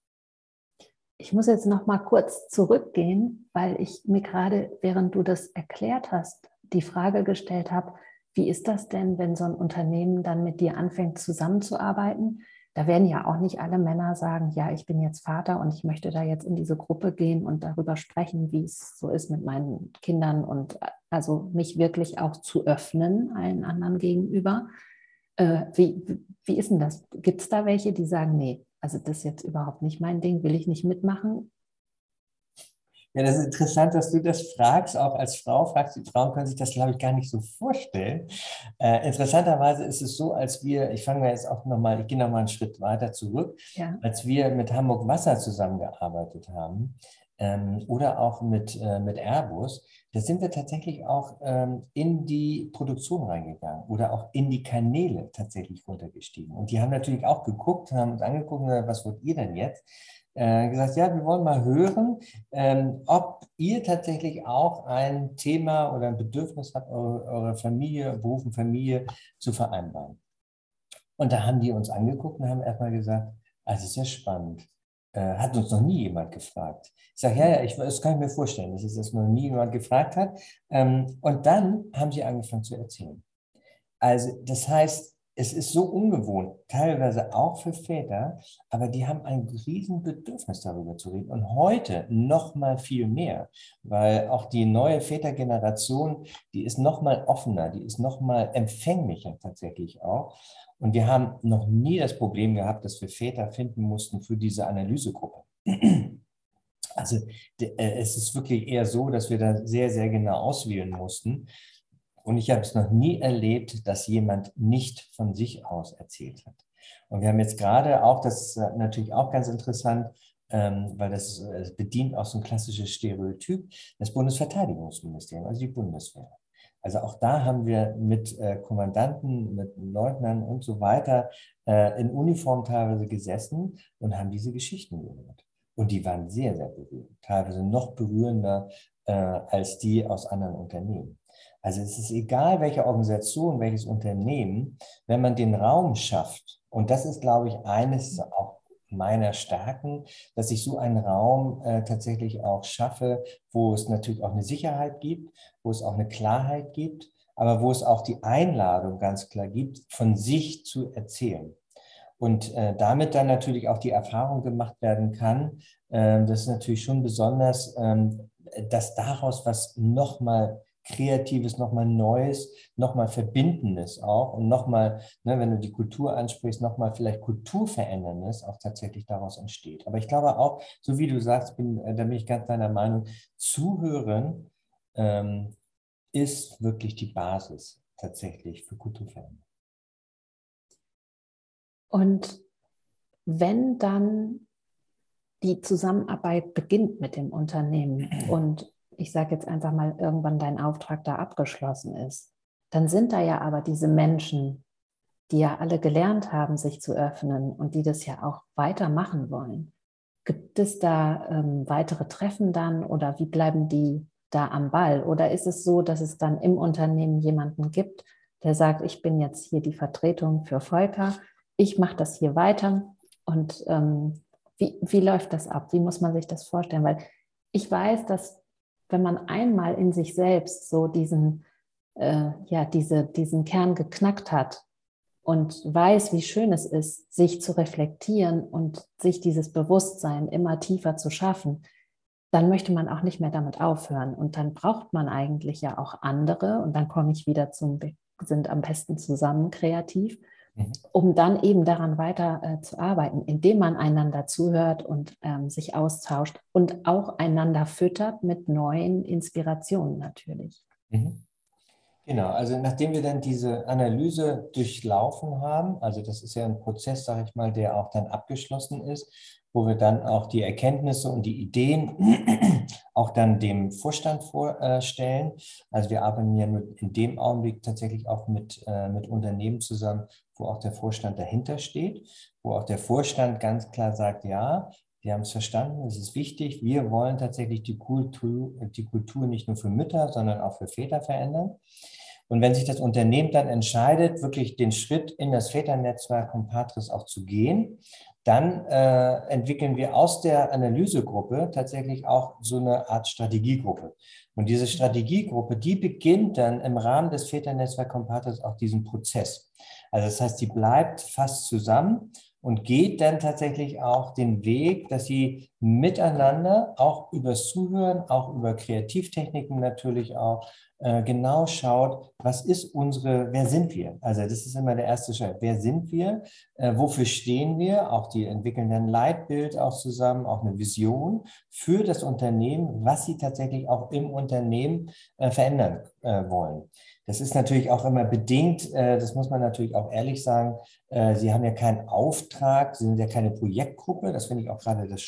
Ich muss jetzt noch mal kurz zurückgehen, weil ich mir gerade, während du das erklärt hast, die Frage gestellt habe, wie ist das denn, wenn so ein Unternehmen dann mit dir anfängt zusammenzuarbeiten? Da werden ja auch nicht alle Männer sagen, ja, ich bin jetzt Vater und ich möchte da jetzt in diese Gruppe gehen und darüber sprechen, wie es so ist mit meinen Kindern und also mich wirklich auch zu öffnen allen anderen gegenüber. Wie ist denn das? Gibt es da welche, die sagen, nee, also das ist jetzt überhaupt nicht mein Ding, will ich nicht mitmachen? Ja, das ist interessant, dass du das fragst, auch als Frau fragst. Die Frauen können sich das, glaube ich, gar nicht so vorstellen. Interessanterweise ist es so, als wir, ich fange jetzt auch nochmal, ich gehe nochmal einen Schritt weiter zurück, Ja. als wir mit Hamburg Wasser zusammengearbeitet haben, oder auch mit Airbus, da sind wir tatsächlich auch in die Produktion reingegangen oder auch in die Kanäle tatsächlich runtergestiegen. Und die haben natürlich auch geguckt, haben uns angeguckt, was wollt ihr denn jetzt? Gesagt, ja, wir wollen mal hören, ob ihr tatsächlich auch ein Thema oder ein Bedürfnis habt, eure Familie, Beruf und Familie zu vereinbaren. Und da haben die uns angeguckt und haben erstmal gesagt, also ist ja spannend. Hat uns noch nie jemand gefragt. Ich sage, ja, das kann ich mir vorstellen, dass es das noch nie jemand gefragt hat. Und dann haben sie angefangen zu erzählen. Also das heißt, es ist so ungewohnt, teilweise auch für Väter, aber die haben ein riesen Bedürfnis darüber zu reden. Und heute noch mal viel mehr, weil auch die neue Vätergeneration, die ist noch mal offener, die ist noch mal empfänglicher tatsächlich auch. Und wir haben noch nie das Problem gehabt, dass wir Väter finden mussten für diese Analysegruppe. Also es ist wirklich eher so, dass wir da sehr, sehr genau auswählen mussten. Und ich habe es noch nie erlebt, dass jemand nicht von sich aus erzählt hat. Und wir haben jetzt gerade auch, das ist natürlich auch ganz interessant, weil das bedient auch so ein klassisches Stereotyp, das Bundesverteidigungsministerium, also die Bundeswehr. Also auch da haben wir mit Kommandanten, mit Leutnanten und so weiter in Uniform teilweise gesessen und haben diese Geschichten gehört. Und die waren sehr, sehr berührend, teilweise noch berührender als die aus anderen Unternehmen. Also es ist egal, welche Organisation, welches Unternehmen, wenn man den Raum schafft, und das ist, glaube ich, eines auch meiner Stärken, dass ich so einen Raum tatsächlich auch schaffe, wo es natürlich auch eine Sicherheit gibt, wo es auch eine Klarheit gibt, aber wo es auch die Einladung ganz klar gibt, von sich zu erzählen. Und damit dann natürlich auch die Erfahrung gemacht werden kann, das ist natürlich schon besonders, dass daraus was nochmal Kreatives, nochmal Neues, nochmal Verbindendes auch und nochmal, ne, wenn du die Kultur ansprichst, nochmal vielleicht Kulturveränderndes auch tatsächlich daraus entsteht. Aber ich glaube auch, so wie du sagst, da bin ich ganz deiner Meinung, Zuhören ist wirklich die Basis tatsächlich für Kulturveränderung. Und wenn dann die Zusammenarbeit beginnt mit dem Unternehmen und ich sage jetzt einfach mal, irgendwann dein Auftrag da abgeschlossen ist, dann sind da ja aber diese Menschen, die ja alle gelernt haben, sich zu öffnen und die das ja auch weitermachen wollen. Gibt es da weitere Treffen dann oder wie bleiben die da am Ball? Oder ist es so, dass es dann im Unternehmen jemanden gibt, der sagt, ich bin jetzt hier die Vertretung für Volker, ich mache das hier weiter und wie läuft das ab? Wie muss man sich das vorstellen? Weil ich weiß, dass wenn man einmal in sich selbst so diesen Kern geknackt hat und weiß, wie schön es ist, sich zu reflektieren und sich dieses Bewusstsein immer tiefer zu schaffen, dann möchte man auch nicht mehr damit aufhören. Und dann braucht man eigentlich ja auch andere, und dann komme ich wieder sind am besten zusammen kreativ, um dann eben daran weiter zu arbeiten, indem man einander zuhört und sich austauscht und auch einander füttert mit neuen Inspirationen natürlich. Mhm. Genau, also nachdem wir dann diese Analyse durchlaufen haben, also das ist ja ein Prozess, sage ich mal, der auch dann abgeschlossen ist, wo wir dann auch die Erkenntnisse und die Ideen auch dann dem Vorstand vorstellen. Also wir arbeiten ja in dem Augenblick tatsächlich auch mit Unternehmen zusammen, wo auch der Vorstand dahinter steht, wo auch der Vorstand ganz klar sagt, ja, wir haben es verstanden, es ist wichtig, wir wollen tatsächlich die Kultur nicht nur für Mütter, sondern auch für Väter verändern. Und wenn sich das Unternehmen dann entscheidet, wirklich den Schritt in das Väternetzwerk Compatris auch zu gehen, dann entwickeln wir aus der Analysegruppe tatsächlich auch so eine Art Strategiegruppe. Und diese Strategiegruppe, die beginnt dann im Rahmen des Väternetzwerk Compatris auch diesen Prozess. Also das heißt, die bleibt fast zusammen und geht dann tatsächlich auch den Weg, dass sie miteinander, auch übers Zuhören, auch über Kreativtechniken natürlich auch, genau schaut, wer sind wir? Also das ist immer der erste Schritt. Wer sind wir? Wofür stehen wir? Auch die entwickeln dann ein Leitbild auch zusammen, auch eine Vision für das Unternehmen, was sie tatsächlich auch im Unternehmen verändern wollen. Das ist natürlich auch immer bedingt, das muss man natürlich auch ehrlich sagen, Sie haben ja keinen Auftrag, Sie sind ja keine Projektgruppe, das finde ich auch gerade das Schöne.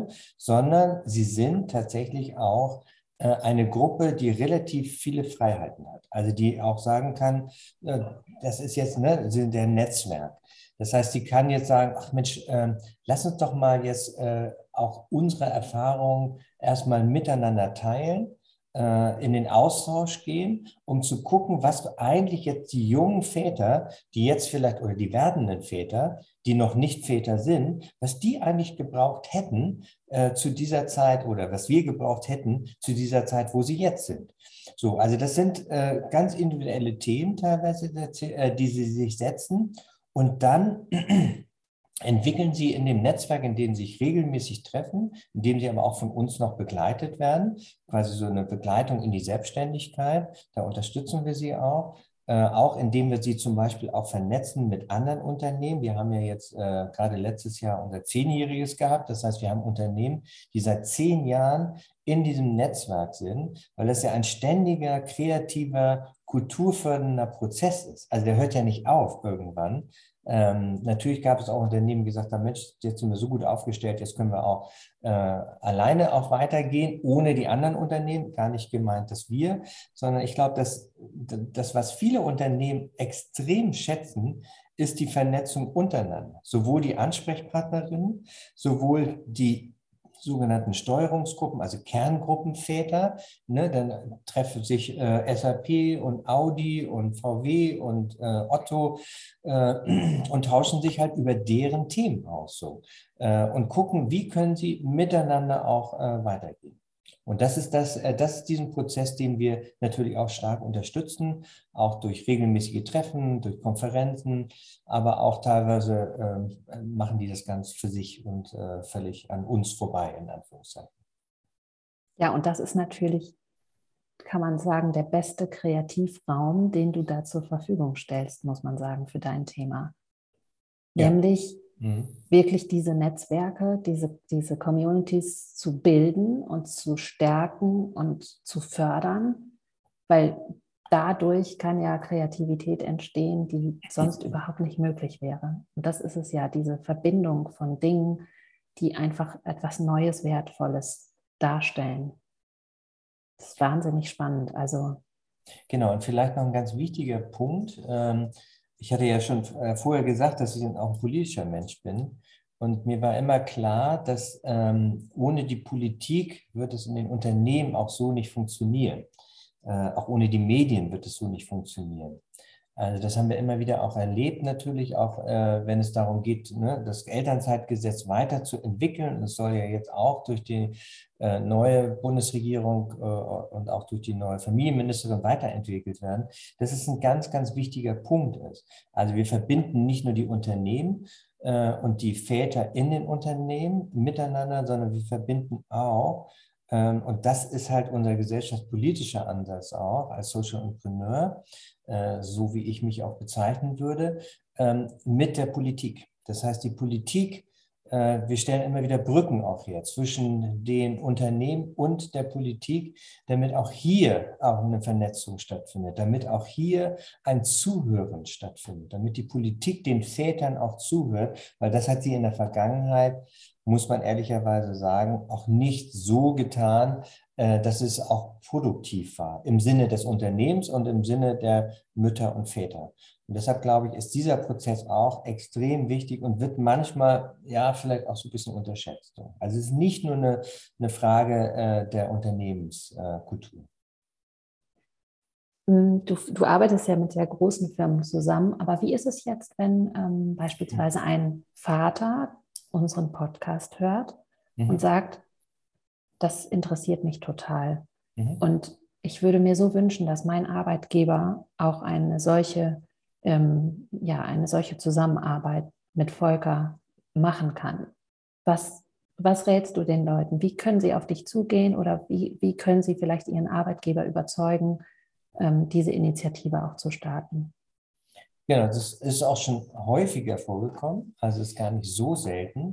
Familie, sondern sie sind tatsächlich auch eine Gruppe, die relativ viele Freiheiten hat. Also die auch sagen kann, das ist jetzt der Netzwerk. Das heißt, die kann jetzt sagen, ach Mensch, lass uns doch mal jetzt auch unsere Erfahrungen erstmal miteinander teilen, in den Austausch gehen, um zu gucken, was eigentlich jetzt die jungen Väter, die jetzt vielleicht, oder die werdenden Väter, die noch nicht Väter sind, was die eigentlich gebraucht hätten zu dieser Zeit oder was wir gebraucht hätten zu dieser Zeit, wo sie jetzt sind. So, also das sind ganz individuelle Themen teilweise, die sie sich setzen und dann entwickeln sie in dem Netzwerk, in dem sie sich regelmäßig treffen, in dem sie aber auch von uns noch begleitet werden, quasi so eine Begleitung in die Selbstständigkeit, da unterstützen wir sie auch indem wir sie zum Beispiel auch vernetzen mit anderen Unternehmen. Wir haben ja jetzt gerade letztes Jahr unser 10-jähriges gehabt, das heißt, wir haben Unternehmen, die seit 10 Jahren in diesem Netzwerk sind, weil das ja ein ständiger, kreativer, kulturfördernder Prozess ist. Also der hört ja nicht auf irgendwann. Natürlich gab es auch Unternehmen, die gesagt haben, Mensch, jetzt sind wir so gut aufgestellt, jetzt können wir auch alleine auch weitergehen, ohne die anderen Unternehmen. Gar nicht gemeint, dass wir, sondern ich glaube, dass das, was viele Unternehmen extrem schätzen, ist die Vernetzung untereinander. Sowohl die Ansprechpartnerinnen, sowohl die sogenannten Steuerungsgruppen, also Kerngruppenväter, dann treffen sich SAP und Audi und VW und Otto und tauschen sich halt über deren Themen aus und gucken, wie können sie miteinander auch weitergehen. Und das ist diesen Prozess, den wir natürlich auch stark unterstützen, auch durch regelmäßige Treffen, durch Konferenzen, aber auch teilweise machen die das ganz für sich und völlig an uns vorbei, in Anführungszeichen. Ja, und das ist natürlich, kann man sagen, der beste Kreativraum, den du da zur Verfügung stellst, muss man sagen, für dein Thema. Ja. Nämlich wirklich diese Netzwerke, diese Communities zu bilden und zu stärken und zu fördern, weil dadurch kann ja Kreativität entstehen, die sonst überhaupt nicht möglich wäre. Und das ist es ja, diese Verbindung von Dingen, die einfach etwas Neues, Wertvolles darstellen. Das ist wahnsinnig spannend. Also genau, und vielleicht noch ein ganz wichtiger Punkt. Ich hatte ja schon vorher gesagt, dass ich auch ein politischer Mensch bin. Und mir war immer klar, dass ohne die Politik wird es in den Unternehmen auch so nicht funktionieren. Auch ohne die Medien wird es so nicht funktionieren. Also das haben wir immer wieder auch erlebt, natürlich auch, wenn es darum geht, das Elternzeitgesetz weiterzuentwickeln. Es soll ja jetzt auch durch die neue Bundesregierung und auch durch die neue Familienministerin weiterentwickelt werden. Das ist ein ganz, ganz wichtiger Punkt ist. Also wir verbinden nicht nur die Unternehmen und die Väter in den Unternehmen miteinander, sondern wir verbinden auch, und das ist halt unser gesellschaftspolitischer Ansatz auch als Social Entrepreneur, so wie ich mich auch bezeichnen würde, mit der Politik. Das heißt, die Politik, wir stellen immer wieder Brücken auch her zwischen den Unternehmen und der Politik, damit auch hier auch eine Vernetzung stattfindet, damit auch hier ein Zuhören stattfindet, damit die Politik den Vätern auch zuhört, weil das hat sie in der Vergangenheit, muss man ehrlicherweise sagen, auch nicht so getan, dass es auch produktiv war, im Sinne des Unternehmens und im Sinne der Mütter und Väter. Und deshalb glaube ich, ist dieser Prozess auch extrem wichtig und wird manchmal ja vielleicht auch so ein bisschen unterschätzt. Also es ist nicht nur eine Frage der Unternehmenskultur. Du arbeitest ja mit sehr großen Firmen zusammen, aber wie ist es jetzt, wenn beispielsweise ein Vater unseren Podcast hört und sagt, das interessiert mich total. Und ich würde mir so wünschen, dass mein Arbeitgeber auch eine solche Zusammenarbeit mit Volker machen kann. Was rätst du den Leuten? Wie können sie auf dich zugehen oder wie können sie vielleicht ihren Arbeitgeber überzeugen, diese Initiative auch zu starten? Genau, das ist auch schon häufiger vorgekommen, also ist gar nicht so selten.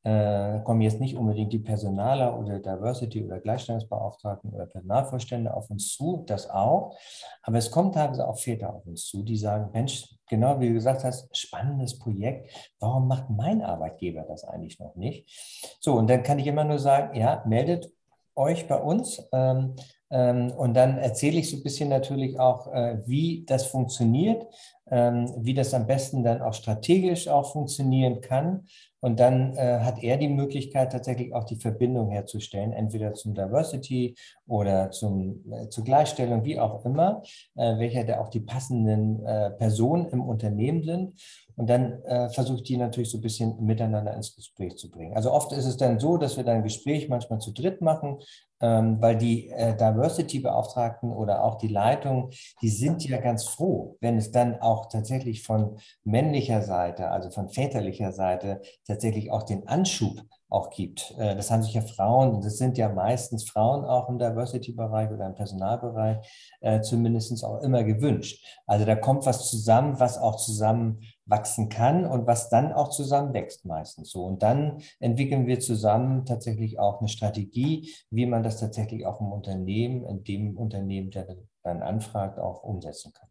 kommen jetzt nicht unbedingt die Personaler oder Diversity- oder Gleichstellungsbeauftragten oder Personalvorstände auf uns zu, das auch. Aber es kommen teilweise auch Väter auf uns zu, die sagen, Mensch, genau wie du gesagt hast, spannendes Projekt, warum macht mein Arbeitgeber das eigentlich noch nicht? So, und dann kann ich immer nur sagen, ja, meldet euch bei uns. Und dann erzähle ich so ein bisschen natürlich auch, wie das funktioniert, wie das am besten dann auch strategisch auch funktionieren kann. Und dann hat er die Möglichkeit, tatsächlich auch die Verbindung herzustellen, entweder zum Diversity oder zur Gleichstellung, wie auch immer, welcher da auch die passenden Personen im Unternehmen sind. Und dann versuche ich die natürlich so ein bisschen miteinander ins Gespräch zu bringen. Also oft ist es dann so, dass wir dann ein Gespräch manchmal zu dritt machen, weil die Diversity-Beauftragten oder auch die Leitung, die sind ja ganz froh, wenn es dann auch tatsächlich von männlicher Seite, also von väterlicher Seite, tatsächlich auch den Anschub auch gibt. Das haben sich ja Frauen, das sind ja meistens Frauen auch im Diversity-Bereich oder im Personalbereich, zumindest auch immer gewünscht. Also da kommt was zusammen, was auch zusammen wachsen kann und was dann auch zusammen wächst meistens so. Und dann entwickeln wir zusammen tatsächlich auch eine Strategie, wie man das tatsächlich auch im Unternehmen, in dem Unternehmen, der dann anfragt, auch umsetzen kann.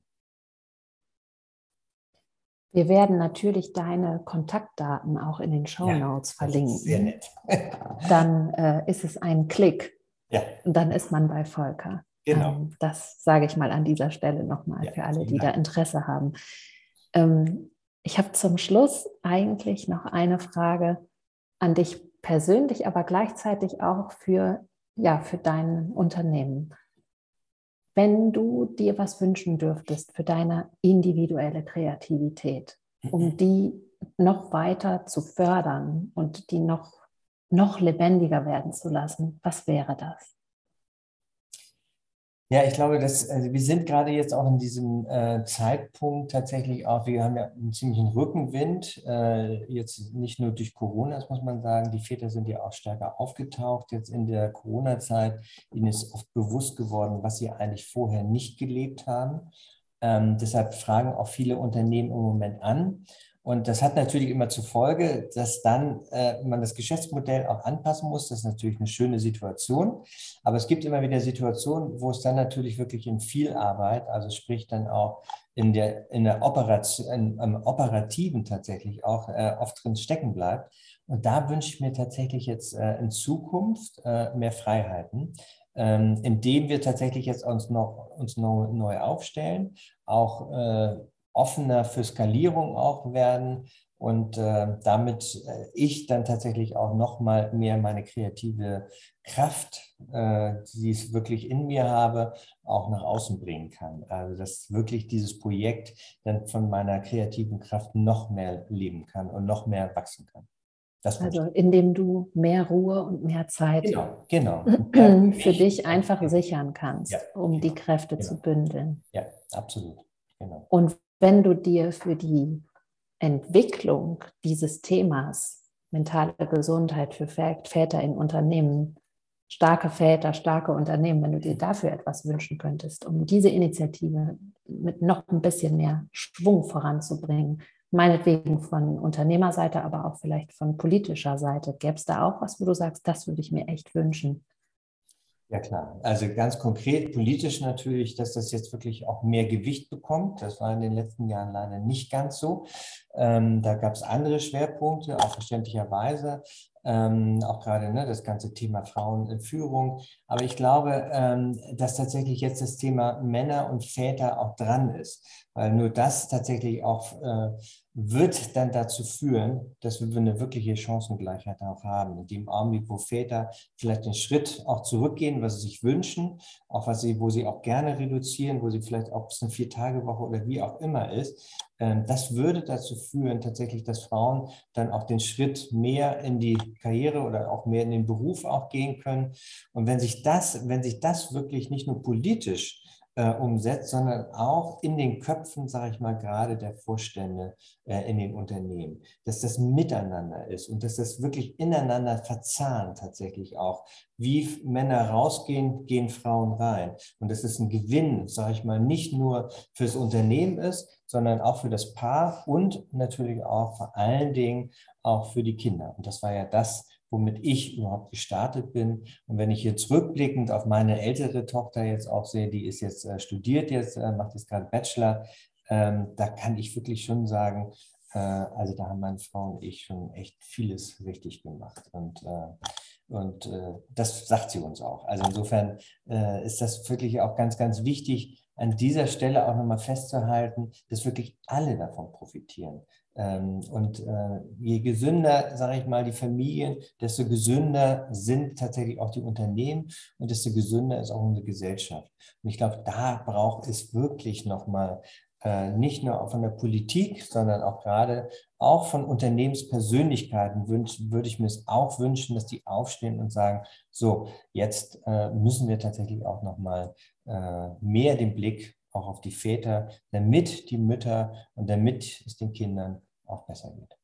Wir werden natürlich deine Kontaktdaten auch in den Shownotes verlinken. Sehr nett. Dann ist es ein Klick Ja. und dann ist man bei Volker. Genau. Das sage ich mal an dieser Stelle nochmal für alle, die da Interesse haben. Ich habe zum Schluss eigentlich noch eine Frage an dich persönlich, aber gleichzeitig auch für dein Unternehmen. Wenn du dir was wünschen dürftest für deine individuelle Kreativität, um die noch weiter zu fördern und die noch lebendiger werden zu lassen, was wäre das? Ja, ich glaube, also wir sind gerade jetzt auch in diesem Zeitpunkt tatsächlich auch, wir haben ja einen ziemlichen Rückenwind, jetzt nicht nur durch Corona, das muss man sagen, die Väter sind ja auch stärker aufgetaucht jetzt in der Corona-Zeit. Ihnen ist oft bewusst geworden, was sie eigentlich vorher nicht gelebt haben. Deshalb fragen auch viele Unternehmen im Moment an. Und das hat natürlich immer zur Folge, dass dann man das Geschäftsmodell auch anpassen muss. Das ist natürlich eine schöne Situation. Aber es gibt immer wieder Situationen, wo es dann natürlich wirklich in viel Arbeit, also sprich dann auch in der Operation, im Operativen tatsächlich auch oft drin stecken bleibt. Und da wünsche ich mir tatsächlich jetzt in Zukunft mehr Freiheiten, indem wir tatsächlich jetzt uns neu aufstellen, auch offener für Skalierung auch werden und damit ich dann tatsächlich auch noch mal mehr meine kreative Kraft, die ich wirklich in mir habe, auch nach außen bringen kann. Also dass wirklich dieses Projekt dann von meiner kreativen Kraft noch mehr leben kann und noch mehr wachsen kann. Also indem du mehr Ruhe und mehr Zeit genau. für dich einfach sichern kannst, Ja, um die Kräfte zu bündeln. Ja, absolut. Genau. Und wenn du dir für die Entwicklung dieses Themas mentale Gesundheit für Väter in Unternehmen, starke Väter, starke Unternehmen, wenn du dir dafür etwas wünschen könntest, um diese Initiative mit noch ein bisschen mehr Schwung voranzubringen, meinetwegen von Unternehmerseite, aber auch vielleicht von politischer Seite, gäbe es da auch was, wo du sagst, das würde ich mir echt wünschen? Ja, klar. Also ganz konkret politisch natürlich, dass das jetzt wirklich auch mehr Gewicht bekommt. Das war in den letzten Jahren leider nicht ganz so. Da gab es andere Schwerpunkte, auch verständlicherweise. Auch gerade das ganze Thema Frauen in Führung. Aber ich glaube, dass tatsächlich jetzt das Thema Männer und Väter auch dran ist. Weil nur das tatsächlich auch wird dann dazu führen, dass wir eine wirkliche Chancengleichheit auch haben. In dem Augenblick, wo Väter vielleicht den Schritt auch zurückgehen, was sie sich wünschen, auch wo sie auch gerne reduzieren, wo sie vielleicht auch bis eine 4-Tage-Woche oder wie auch immer ist. Das würde dazu führen, tatsächlich, dass Frauen dann auch den Schritt mehr in die Karriere oder auch mehr in den Beruf auch gehen können. Und wenn sich das wirklich nicht nur politisch umsetzt, sondern auch in den Köpfen, sage ich mal, gerade der Vorstände in den Unternehmen, dass das miteinander ist und dass das wirklich ineinander verzahnt tatsächlich auch. Wie Männer rausgehen, gehen Frauen rein. Und dass es ein Gewinn, sage ich mal, nicht nur fürs Unternehmen ist, sondern auch für das Paar und natürlich auch vor allen Dingen auch für die Kinder. Und das war ja das, womit ich überhaupt gestartet bin. Und wenn ich jetzt rückblickend auf meine ältere Tochter jetzt auch sehe, die ist jetzt studiert jetzt, macht jetzt gerade Bachelor, da kann ich wirklich schon sagen, also da haben meine Frau und ich schon echt vieles richtig gemacht. Und das sagt sie uns auch. Also insofern ist das wirklich auch ganz, ganz wichtig, an dieser Stelle auch nochmal festzuhalten, dass wirklich alle davon profitieren. Und je gesünder, sage ich mal, die Familien, desto gesünder sind tatsächlich auch die Unternehmen und desto gesünder ist auch unsere Gesellschaft. Und ich glaube, da braucht es wirklich nochmal nicht nur von der Politik, sondern auch gerade auch von Unternehmenspersönlichkeiten würde ich mir es auch wünschen, dass die aufstehen und sagen, so, jetzt müssen wir tatsächlich auch nochmal mehr den Blick auch auf die Väter, damit die Mütter und damit es den Kindern auch besser geht.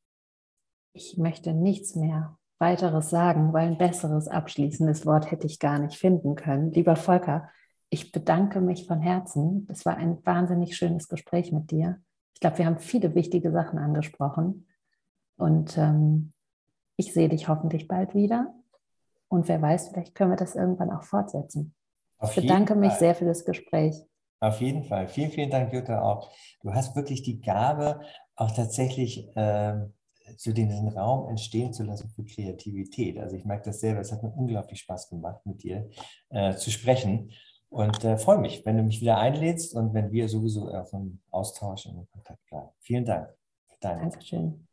Ich möchte nichts mehr weiteres sagen, weil ein besseres abschließendes Wort hätte ich gar nicht finden können. Lieber Volker, ich bedanke mich von Herzen. Es war ein wahnsinnig schönes Gespräch mit dir. Ich glaube, wir haben viele wichtige Sachen angesprochen und ich sehe dich hoffentlich bald wieder. Und wer weiß, vielleicht können wir das irgendwann auch fortsetzen. Ich Auf jeden bedanke mich Fall. sehr für das Gespräch. Auf jeden Fall. Vielen, vielen Dank, Jutta, auch. Du hast wirklich die Gabe, auch tatsächlich so diesen Raum entstehen zu lassen für Kreativität. Also ich merke das selber, es hat mir unglaublich Spaß gemacht, mit dir zu sprechen und freue mich, wenn du mich wieder einlädst und wenn wir sowieso auf einem Austausch und in Kontakt bleiben. Vielen Dank. Deine. Dankeschön.